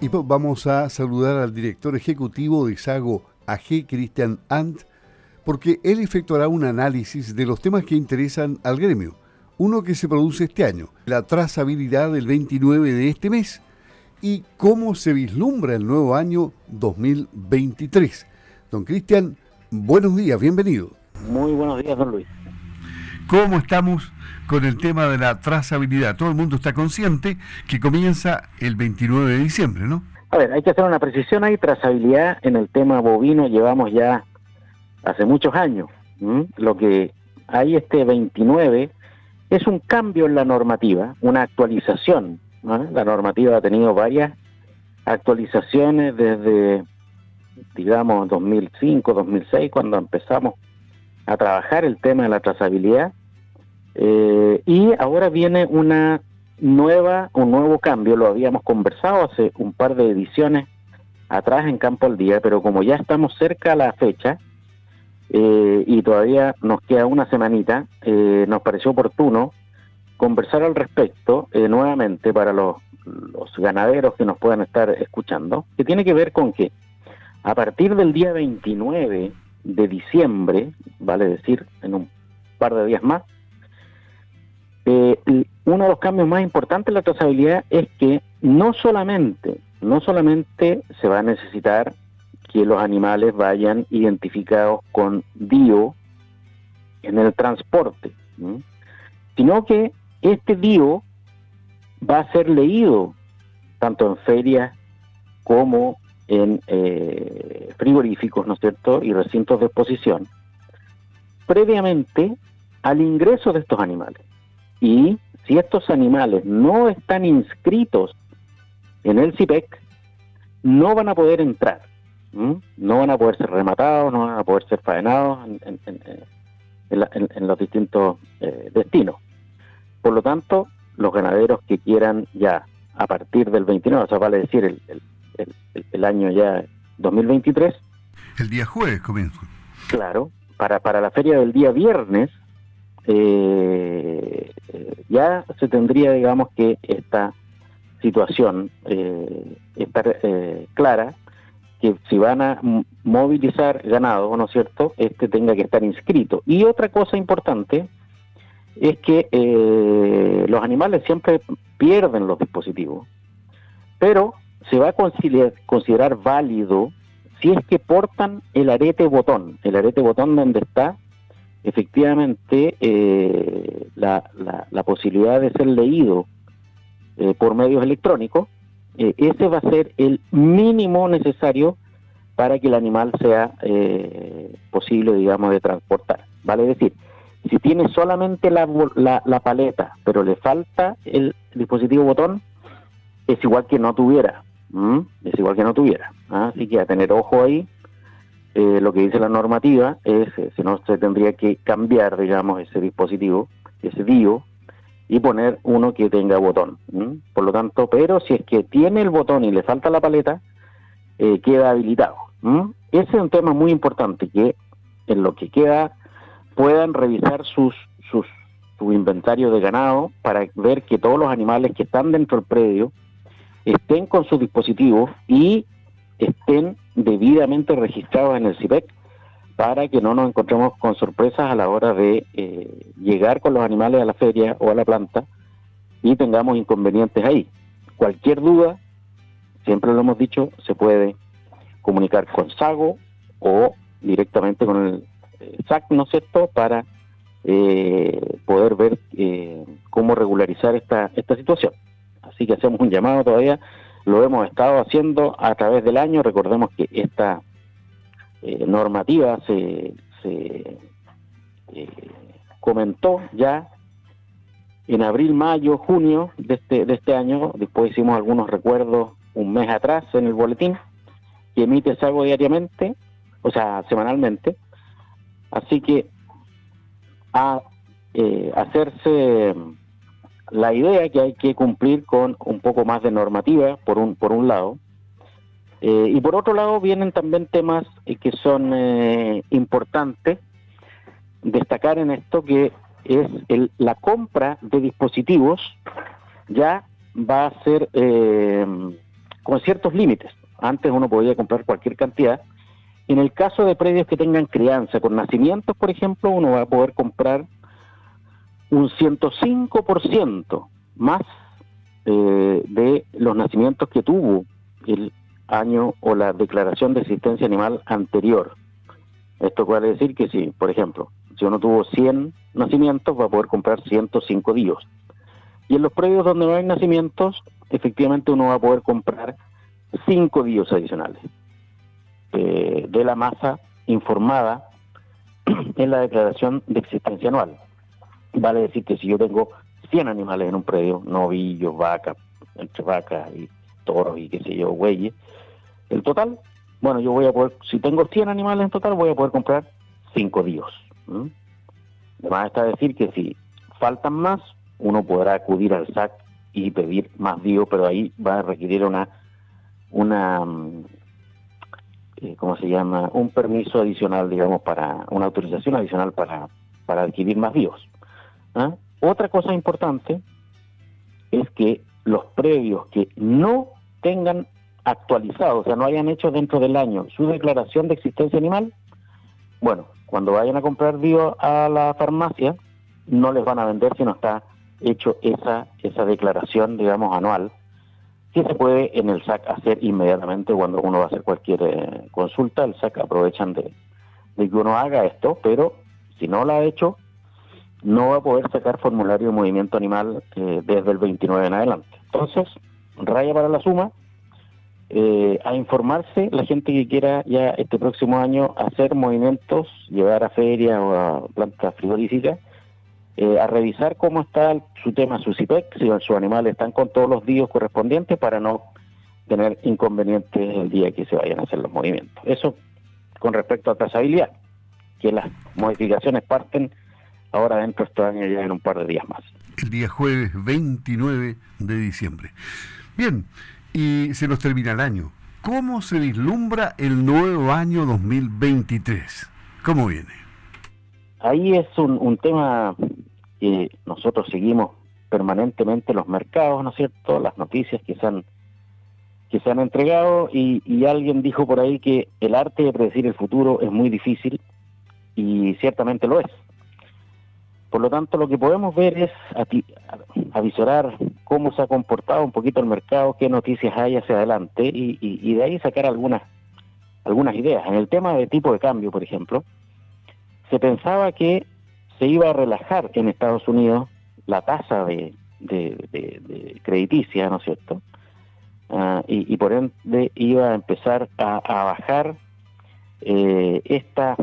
Y vamos a saludar al director ejecutivo de Sago AG, Cristian Ant, porque él efectuará un análisis de los temas que interesan al gremio. Uno que se produce este año, la trazabilidad del 29 de este mes, y cómo se vislumbra el nuevo año 2023. Don Cristian, buenos días, bienvenido. Muy buenos días, don Luis. ¿Cómo estamos con el tema de la trazabilidad? Todo el mundo está consciente que comienza el 29 de diciembre, ¿no? A ver, hay que hacer una precisión ahí. Trazabilidad en el tema bovino llevamos ya hace muchos años. Lo que hay este 29 es un cambio en la normativa, una actualización, ¿no? La normativa ha tenido varias actualizaciones desde, digamos, 2005, 2006, cuando empezamos a trabajar el tema de la trazabilidad, y ahora viene un nuevo cambio. Lo habíamos conversado hace un par de ediciones atrás en Campo al Día, pero como ya estamos cerca a la fecha, y todavía nos queda una semanita, nos pareció oportuno conversar al respecto nuevamente para los ganaderos que nos puedan estar escuchando, que tiene que ver con que a partir del día 29 de diciembre, vale decir, en un par de días más, uno de los cambios más importantes de la trazabilidad es que no solamente se va a necesitar que los animales vayan identificados con DIO en el transporte, sino que este DIO va a ser leído tanto en ferias como en frigoríficos, ¿no es cierto?, y recintos de exposición, previamente al ingreso de estos animales. Y si estos animales no están inscritos en el CIPEC, no van a poder entrar, no van a poder ser rematados, no van a poder ser faenados en los distintos destinos. Por lo tanto, los ganaderos que quieran ya a partir del 29, o sea, vale decir el año ya 2023. El día jueves comienza. Claro, para la feria del día viernes, ya se tendría, digamos, que esta situación estar clara, que si van a movilizar ganado, ¿no es cierto?, tenga que estar inscrito. Y otra cosa importante es que los animales siempre pierden los dispositivos, pero se va a considerar válido si es que portan el arete botón donde está efectivamente la posibilidad de ser leído por medios electrónicos. Ese va a ser el mínimo necesario para que el animal sea posible, digamos, de transportar. Vale decir, si tiene solamente la paleta, pero le falta el dispositivo botón, es igual que no tuviera. Así que a tener ojo ahí. Lo que dice la normativa es, si no, se tendría que cambiar, digamos, ese dispositivo, ese DIO, y poner uno que tenga botón. Por lo tanto, pero si es que tiene el botón y le falta la paleta, queda habilitado. Ese es un tema muy importante, que en lo que queda puedan revisar su inventario de ganado para ver que todos los animales que están dentro del predio estén con sus dispositivos y estén debidamente registrados en el CIPEC, para que no nos encontremos con sorpresas a la hora de llegar con los animales a la feria o a la planta y tengamos inconvenientes ahí. Cualquier duda, siempre lo hemos dicho, se puede comunicar con Sago o directamente con el SAC, ¿no es cierto?, para poder ver cómo regularizar esta situación. Así que hacemos un llamado todavía. Lo hemos estado haciendo a través del año. Recordemos que esta normativa se comentó ya en abril, mayo, junio de este año. Después hicimos algunos recuerdos un mes atrás en el boletín que emite Sago diariamente, o sea, semanalmente. Así que hacerse la idea que hay que cumplir con un poco más de normativa, por un lado, y por otro lado vienen también temas que son importantes destacar en esto, que es la compra de dispositivos. Ya va a ser con ciertos límites. Antes uno podía comprar cualquier cantidad. En el caso de predios que tengan crianza con nacimientos, por ejemplo, uno va a poder comprar un 105% más de los nacimientos que tuvo el año o la declaración de existencia animal anterior. Esto quiere decir que si, por ejemplo, si uno tuvo 100 nacimientos, va a poder comprar 105 DIOs. Y en los predios donde no hay nacimientos, efectivamente uno va a poder comprar 5 DIOs adicionales de la masa informada en la declaración de existencia anual. Vale decir que si yo tengo 100 animales en un predio, novillos, vacas, entre vacas y toros y qué sé yo, bueyes, el total, bueno, yo voy a poder, si tengo 100 animales en total, voy a poder comprar 5 DIOs. Además está decir que si faltan más, uno podrá acudir al SAC y pedir más DIO, pero ahí va a requerir ¿cómo se llama? Un permiso adicional, digamos, para una autorización adicional para adquirir más DIOs. Otra cosa importante es que los predios que no tengan actualizado, o sea, no hayan hecho dentro del año su declaración de existencia animal, bueno, cuando vayan a comprar DIO a la farmacia, no les van a vender si no está hecho esa declaración, digamos, anual, que se puede en el SAC hacer inmediatamente cuando uno va a hacer cualquier consulta. El SAC aprovechan de que uno haga esto, pero si no lo ha hecho, no va a poder sacar formulario de movimiento animal desde el 29 en adelante. Entonces, raya para la suma, a informarse la gente que quiera ya este próximo año hacer movimientos, llevar a ferias o a plantas frigoríficas, a revisar cómo está su tema, su CIPEC, si sus animales están con todos los DIOs correspondientes para no tener inconvenientes el día que se vayan a hacer los movimientos. Eso con respecto a trazabilidad, que las modificaciones parten ahora dentro de este año ya en un par de días más. El día jueves 29 de diciembre. Bien, y se nos termina el año. ¿Cómo se vislumbra el nuevo año 2023? ¿Cómo viene? Ahí es un tema que nosotros seguimos permanentemente los mercados, ¿no es cierto? Las noticias que se han entregado y alguien dijo por ahí que el arte de predecir el futuro es muy difícil y ciertamente lo es. Por lo tanto, lo que podemos ver es avisorar cómo se ha comportado un poquito el mercado, qué noticias hay hacia adelante y de ahí sacar algunas ideas. En el tema de tipo de cambio, por ejemplo, se pensaba que se iba a relajar en Estados Unidos la tasa de crediticia, ¿no es cierto? Y por ende iba a empezar a bajar esta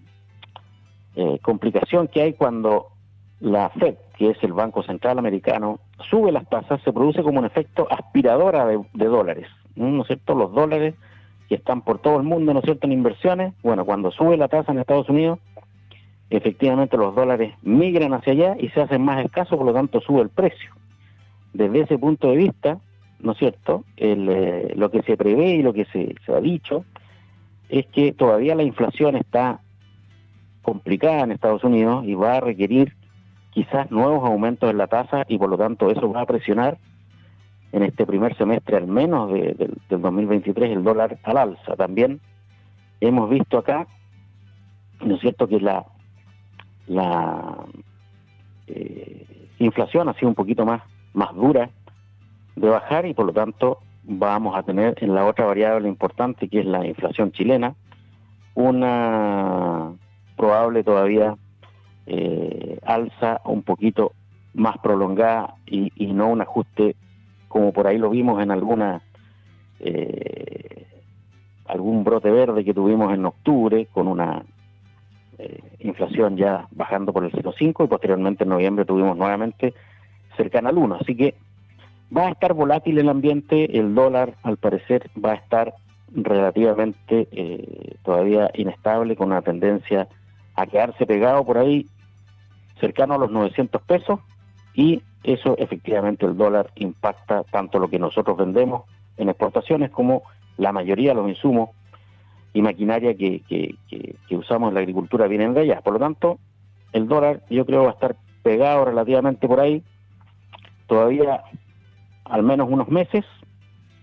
complicación que hay cuando la Fed, que es el Banco Central Americano, sube las tasas, se produce como un efecto aspiradora de dólares, ¿no es cierto? Los dólares que están por todo el mundo, ¿no es cierto?, en inversiones, bueno, cuando sube la tasa en Estados Unidos, efectivamente los dólares migran hacia allá y se hacen más escasos, por lo tanto sube el precio. Desde ese punto de vista, ¿no es cierto?, lo que se prevé y lo que se ha dicho es que todavía la inflación está complicada en Estados Unidos y va a requerir quizás nuevos aumentos en la tasa y por lo tanto eso va a presionar en este primer semestre al menos del 2023 el dólar al alza. También hemos visto acá, ¿no es cierto?, que la inflación ha sido un poquito más dura de bajar y por lo tanto vamos a tener en la otra variable importante que es la inflación chilena una probable todavía alza un poquito más prolongada y no un ajuste como por ahí lo vimos en algún brote verde que tuvimos en octubre con una inflación ya bajando por el 0,5 y posteriormente en noviembre tuvimos nuevamente cercana al 1, así que va a estar volátil el ambiente, el dólar al parecer va a estar relativamente todavía inestable con una tendencia a quedarse pegado por ahí cercano a los 900 pesos y eso efectivamente el dólar impacta tanto lo que nosotros vendemos en exportaciones como la mayoría de los insumos y maquinaria que usamos en la agricultura vienen de allá. Por lo tanto, el dólar yo creo va a estar pegado relativamente por ahí todavía al menos unos meses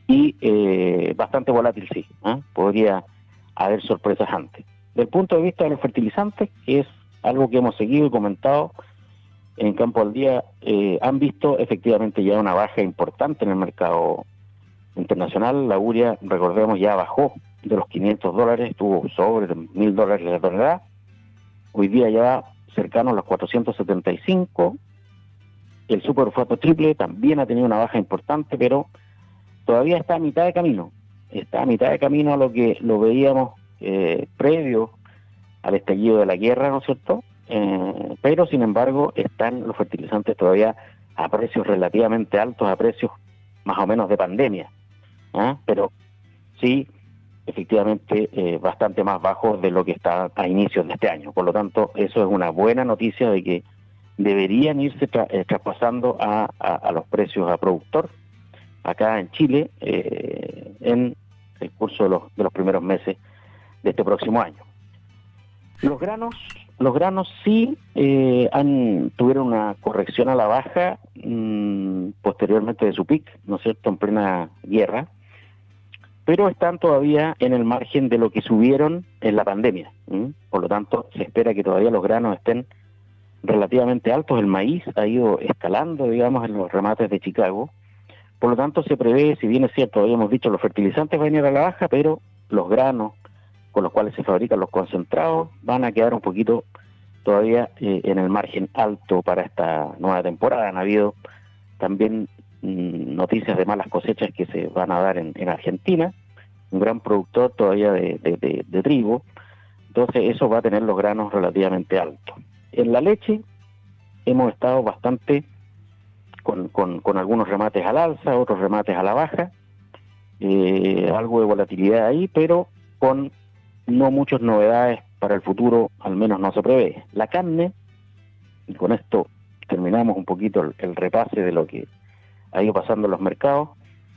y bastante volátil, sí. Podría haber sorpresas antes. Del punto de vista de los fertilizantes, que es algo que hemos seguido y comentado en Campo al Día, han visto efectivamente ya una baja importante en el mercado internacional. La urea, recordemos, ya bajó de los $500, estuvo sobre $1.000 la tonelada. Hoy día ya cercano a los 475. El superfosfato triple también ha tenido una baja importante, pero todavía está a mitad de camino. Está a mitad de camino a lo que lo veíamos previo al estallido de la guerra, ¿no es cierto? Pero sin embargo están los fertilizantes todavía a precios relativamente altos, a precios más o menos de pandemia, pero sí, efectivamente bastante más bajos de lo que está a inicios de este año. Por lo tanto, eso es una buena noticia de que deberían irse traspasando a los precios a productor acá en Chile en el curso de los primeros meses de este próximo año. Los granos sí tuvieron una corrección a la baja posteriormente de su pic, ¿no es cierto?, en plena guerra, pero están todavía en el margen de lo que subieron en la pandemia. Por lo tanto, se espera que todavía los granos estén relativamente altos. El maíz ha ido escalando, digamos, en los remates de Chicago. Por lo tanto, se prevé, si bien es cierto, habíamos dicho, los fertilizantes van a ir a la baja, pero los granos con los cuales se fabrican los concentrados van a quedar un poquito todavía en el margen alto para esta nueva temporada. Han habido también noticias de malas cosechas que se van a dar en Argentina, un gran productor todavía de trigo. Entonces eso va a tener los granos relativamente altos. En la leche hemos estado bastante con algunos remates al alza, otros remates a la baja, algo de volatilidad ahí, pero con no muchas novedades para el futuro, al menos no se prevé. La carne, y con esto terminamos un poquito el repase de lo que ha ido pasando en los mercados.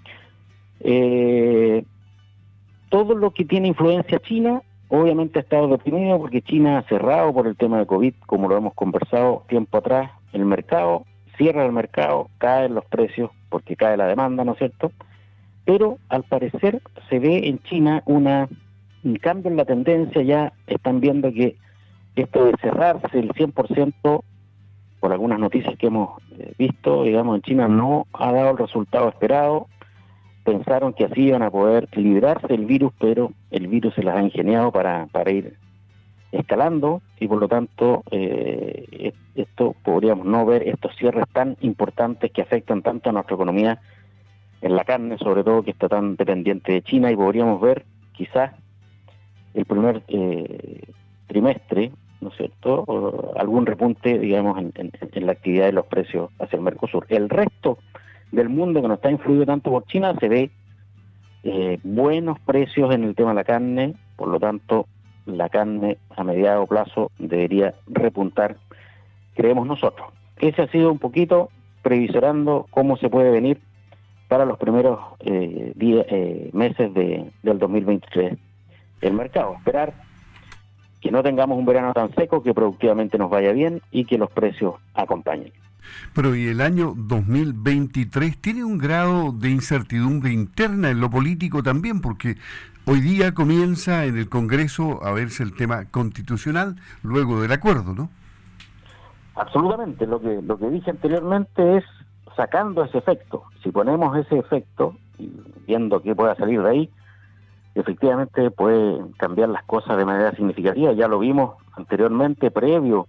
Todo lo que tiene influencia china, obviamente ha estado deprimido porque China ha cerrado por el tema de COVID, como lo hemos conversado tiempo atrás. El mercado, cierra el mercado, caen los precios porque cae la demanda, ¿no es cierto? Pero al parecer se ve en China un cambio en la tendencia. Ya están viendo que esto de cerrarse el 100%, por algunas noticias que hemos visto, digamos, en China no ha dado el resultado esperado. Pensaron que así iban a poder librarse del virus, pero el virus se las ha ingeniado para ir escalando, y por lo tanto esto podríamos no ver estos cierres tan importantes que afectan tanto a nuestra economía en la carne, sobre todo, que está tan dependiente de China, y podríamos ver quizás el primer trimestre, ¿no es cierto?, o algún repunte, digamos, en la actividad de los precios hacia el Mercosur. El resto del mundo, que no está influido tanto por China, se ve buenos precios en el tema de la carne. Por lo tanto, la carne a mediano plazo debería repuntar, creemos nosotros. Ese ha sido un poquito previsorando cómo se puede venir para los primeros meses del 2023 el mercado. Esperar que no tengamos un verano tan seco, que productivamente nos vaya bien y que los precios acompañen. Pero y el año 2023 tiene un grado de incertidumbre interna en lo político también, porque hoy día comienza en el Congreso a verse el tema constitucional luego del acuerdo, ¿no? Absolutamente. Lo que dije anteriormente es sacando ese efecto. Si ponemos ese efecto y viendo qué pueda salir de ahí, efectivamente puede cambiar las cosas de manera significativa. Ya lo vimos anteriormente, previo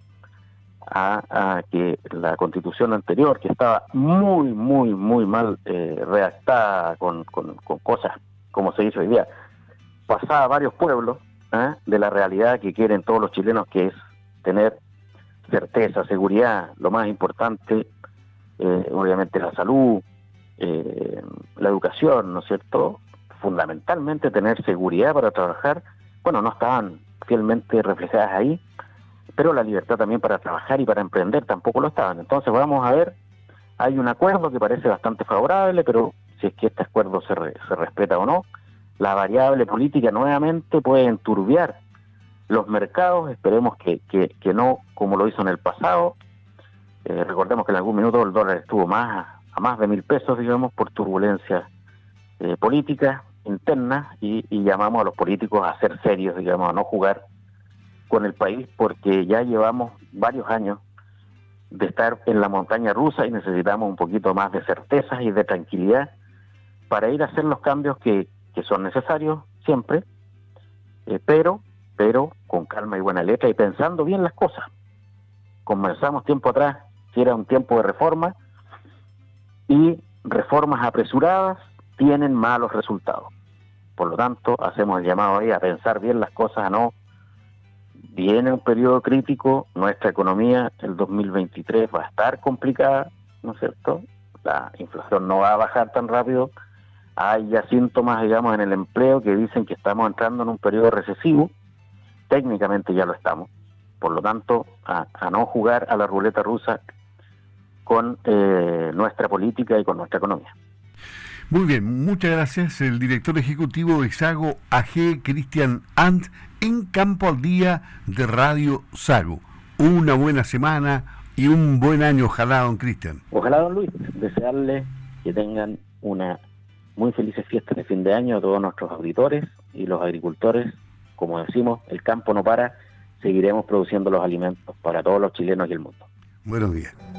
a que la constitución anterior, que estaba muy mal redactada, con cosas, como se dice hoy día, pasaba a varios pueblos de la realidad que quieren todos los chilenos, que es tener certeza, seguridad, lo más importante, obviamente la salud, la educación, ¿no es cierto?, fundamentalmente tener seguridad para trabajar. Bueno, no estaban fielmente reflejadas ahí, pero la libertad también para trabajar y para emprender tampoco lo estaban. Entonces vamos a ver, hay un acuerdo que parece bastante favorable, pero si es que este acuerdo se respeta o no, la variable política nuevamente puede enturbiar los mercados. Esperemos que no como lo hizo en el pasado. Recordemos que en algún minuto el dólar estuvo a más de 1.000 pesos, digamos, por turbulencias políticas internas y llamamos a los políticos a ser serios, digamos, a no jugar con el país, porque ya llevamos varios años de estar en la montaña rusa y necesitamos un poquito más de certezas y de tranquilidad para ir a hacer los cambios que son necesarios siempre, pero con calma y buena letra y pensando bien las cosas. Comenzamos tiempo atrás, que era un tiempo de reforma, y reformas apresuradas tienen malos resultados. Por lo tanto, hacemos el llamado ahí a pensar bien las cosas, a no. Viene un periodo crítico, nuestra economía el 2023 va a estar complicada, ¿no es cierto? La inflación no va a bajar tan rápido. Hay ya síntomas, digamos, en el empleo que dicen que estamos entrando en un periodo recesivo. Técnicamente ya lo estamos. Por lo tanto, a no jugar a la ruleta rusa con nuestra política y con nuestra economía. Muy bien, muchas gracias. El director ejecutivo de Sago AG, Cristian Ant, en Campo al Día de Radio Sago. Una buena semana y un buen año, ojalá, don Cristian. Ojalá, don Luis, desearle que tengan una muy felices fiestas de fin de año a todos nuestros auditores y los agricultores. Como decimos, el campo no para, seguiremos produciendo los alimentos para todos los chilenos y el mundo. Buenos días.